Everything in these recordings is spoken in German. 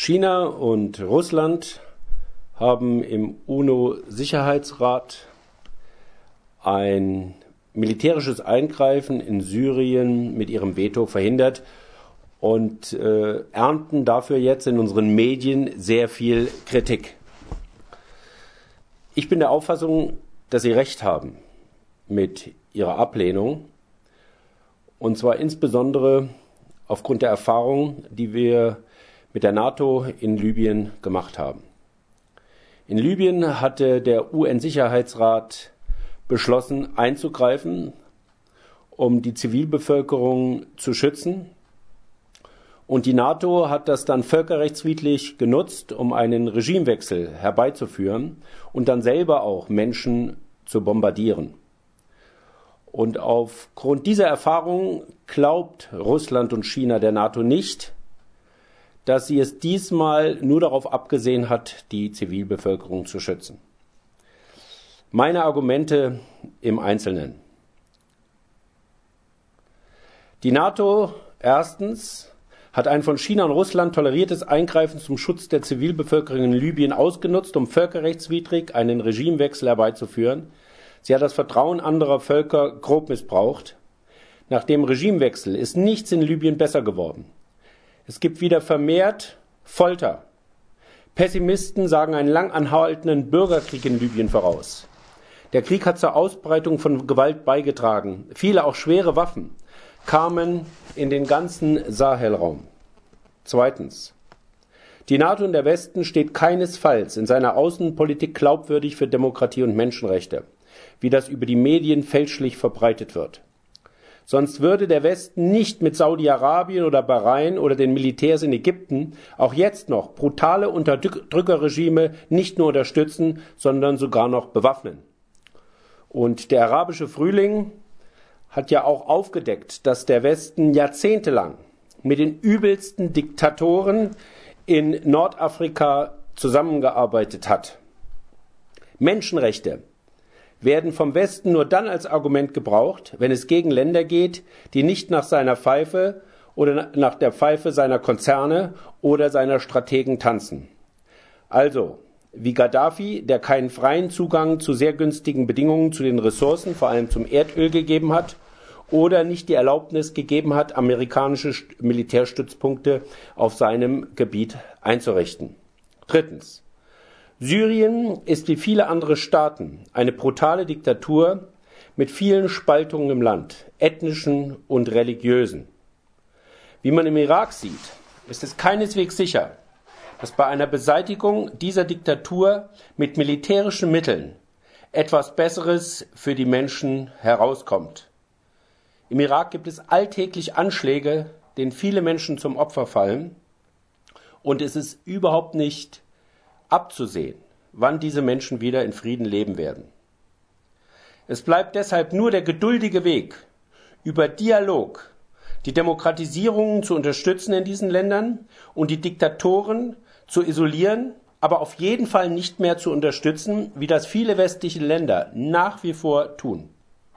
China und Russland haben im UNO-Sicherheitsrat ein militärisches Eingreifen in Syrien mit ihrem Veto verhindert und ernten dafür jetzt in unseren Medien sehr viel Kritik. Ich bin der Auffassung, dass sie recht haben mit ihrer Ablehnung, und zwar insbesondere aufgrund der Erfahrung, die wir mit der NATO in Libyen gemacht haben. In Libyen hatte der UN-Sicherheitsrat beschlossen, einzugreifen, um die Zivilbevölkerung zu schützen. Und die NATO hat das dann völkerrechtswidrig genutzt, um einen Regimewechsel herbeizuführen und dann selber auch Menschen zu bombardieren. Und aufgrund dieser Erfahrung glaubt Russland und China der NATO nicht, dass sie es diesmal nur darauf abgesehen hat, die Zivilbevölkerung zu schützen. Meine Argumente im Einzelnen. Die NATO erstens hat ein von China und Russland toleriertes Eingreifen zum Schutz der Zivilbevölkerung in Libyen ausgenutzt, um völkerrechtswidrig einen Regimewechsel herbeizuführen. Sie hat das Vertrauen anderer Völker grob missbraucht. Nach dem Regimewechsel ist nichts in Libyen besser geworden. Es gibt wieder vermehrt Folter. Pessimisten sagen einen lang anhaltenden Bürgerkrieg in Libyen voraus. Der Krieg hat zur Ausbreitung von Gewalt beigetragen. Viele, auch schwere Waffen, kamen in den ganzen Sahelraum. Zweitens. Die NATO und der Westen steht keinesfalls in seiner Außenpolitik glaubwürdig für Demokratie und Menschenrechte, wie das über die Medien fälschlich verbreitet wird. Sonst würde der Westen nicht mit Saudi-Arabien oder Bahrain oder den Militärs in Ägypten auch jetzt noch brutale Unterdrückerregime nicht nur unterstützen, sondern sogar noch bewaffnen. Und der arabische Frühling hat ja auch aufgedeckt, dass der Westen jahrzehntelang mit den übelsten Diktatoren in Nordafrika zusammengearbeitet hat. Menschenrechte werden vom Westen nur dann als Argument gebraucht, wenn es gegen Länder geht, die nicht nach seiner Pfeife oder nach der Pfeife seiner Konzerne oder seiner Strategen tanzen. Also wie Gaddafi, der keinen freien Zugang zu sehr günstigen Bedingungen zu den Ressourcen, vor allem zum Erdöl, gegeben hat oder nicht die Erlaubnis gegeben hat, amerikanische Militärstützpunkte auf seinem Gebiet einzurichten. Drittens. Syrien ist wie viele andere Staaten eine brutale Diktatur mit vielen Spaltungen im Land, ethnischen und religiösen. Wie man im Irak sieht, ist es keineswegs sicher, dass bei einer Beseitigung dieser Diktatur mit militärischen Mitteln etwas Besseres für die Menschen herauskommt. Im Irak gibt es alltäglich Anschläge, denen viele Menschen zum Opfer fallen, und es ist überhaupt nicht abzusehen, wann diese Menschen wieder in Frieden leben werden. Es bleibt deshalb nur der geduldige Weg, über Dialog die Demokratisierung zu unterstützen in diesen Ländern und die Diktatoren zu isolieren, aber auf jeden Fall nicht mehr zu unterstützen, wie das viele westliche Länder nach wie vor tun.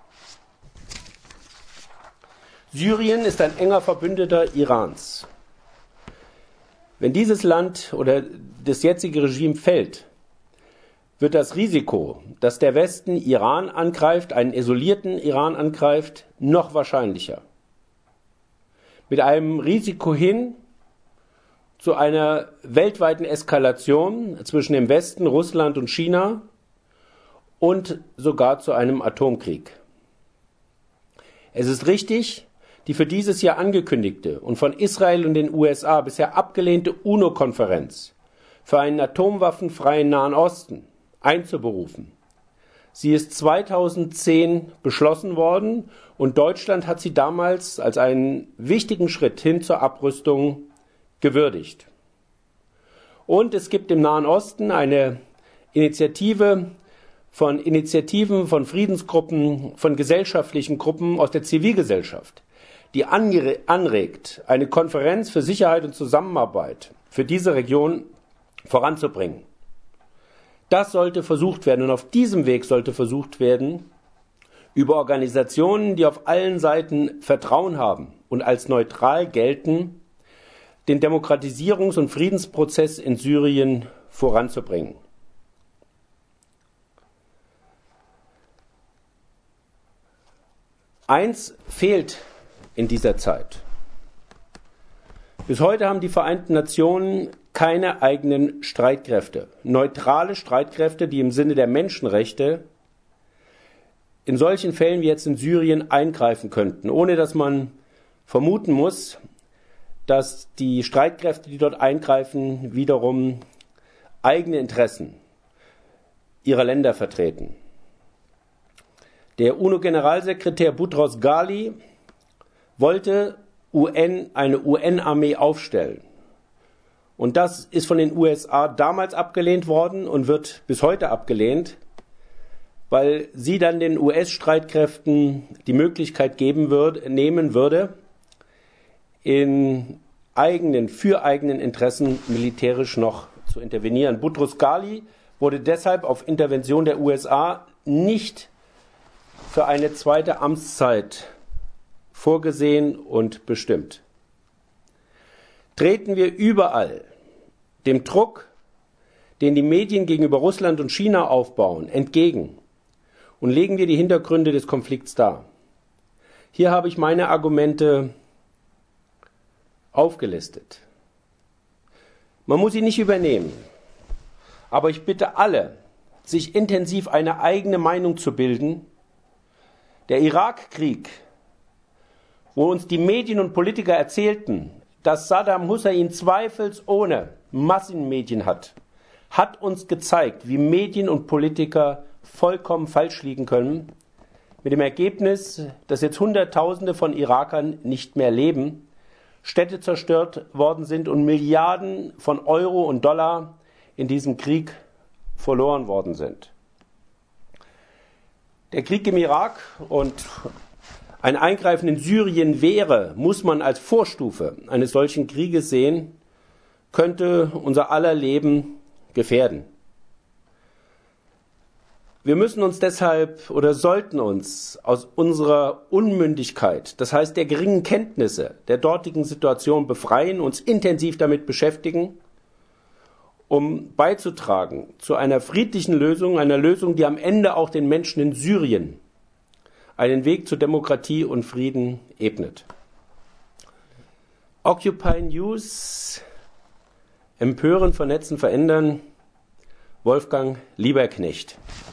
Syrien ist ein enger Verbündeter Irans. Wenn dieses Land oder das jetzige Regime fällt, wird das Risiko, dass der Westen Iran angreift, einen isolierten Iran angreift, noch wahrscheinlicher. Mit einem Risiko hin zu einer weltweiten Eskalation zwischen dem Westen, Russland und China und sogar zu einem Atomkrieg. Es ist richtig, die für dieses Jahr angekündigte und von Israel und den USA bisher abgelehnte UNO-Konferenz für einen atomwaffenfreien Nahen Osten einzuberufen. Sie ist 2010 beschlossen worden und Deutschland hat sie damals als einen wichtigen Schritt hin zur Abrüstung gewürdigt. Und es gibt im Nahen Osten eine Initiativen von Friedensgruppen, von gesellschaftlichen Gruppen aus der Zivilgesellschaft, die anregt, eine Konferenz für Sicherheit und Zusammenarbeit für diese Region voranzubringen. Das sollte versucht werden, und auf diesem Weg sollte versucht werden, über Organisationen, die auf allen Seiten Vertrauen haben und als neutral gelten, den Demokratisierungs- und Friedensprozess in Syrien voranzubringen. Eins fehlt in dieser Zeit. Bis heute haben die Vereinten Nationen keine eigenen Streitkräfte, neutrale Streitkräfte, die im Sinne der Menschenrechte in solchen Fällen wie jetzt in Syrien eingreifen könnten, ohne dass man vermuten muss, dass die Streitkräfte, die dort eingreifen, wiederum eigene Interessen ihrer Länder vertreten. Der UNO-Generalsekretär Boutros Ghali wollte eine UN-Armee aufstellen. Und das ist von den USA damals abgelehnt worden und wird bis heute abgelehnt, weil sie dann den US-Streitkräften die Möglichkeit nehmen würde, für eigenen Interessen militärisch noch zu intervenieren. Boutros Ghali wurde deshalb auf Intervention der USA nicht für eine zweite Amtszeit vorgesehen und bestimmt. Treten wir überall dem Druck, den die Medien gegenüber Russland und China aufbauen, entgegen und legen wir die Hintergründe des Konflikts dar. Hier habe ich meine Argumente aufgelistet. Man muss sie nicht übernehmen, aber ich bitte alle, sich intensiv eine eigene Meinung zu bilden. Der Irakkrieg, wo uns die Medien und Politiker erzählten, dass Saddam Hussein zweifelsohne Massenmedien hat uns gezeigt, wie Medien und Politiker vollkommen falsch liegen können, mit dem Ergebnis, dass jetzt Hunderttausende von Irakern nicht mehr leben, Städte zerstört worden sind und Milliarden von Euro und Dollar in diesem Krieg verloren worden sind. Der Krieg im Irak und ein Eingreifen in Syrien muss man als Vorstufe eines solchen Krieges sehen, könnte unser aller Leben gefährden. Wir müssen uns deshalb oder sollten uns aus unserer Unmündigkeit, das heißt der geringen Kenntnisse der dortigen Situation befreien, uns intensiv damit beschäftigen, um beizutragen zu einer friedlichen Lösung, einer Lösung, die am Ende auch den Menschen in Syrien einen Weg zu Demokratie und Frieden ebnet. Occupy News, empören, vernetzen, verändern. Wolfgang Lieberknecht.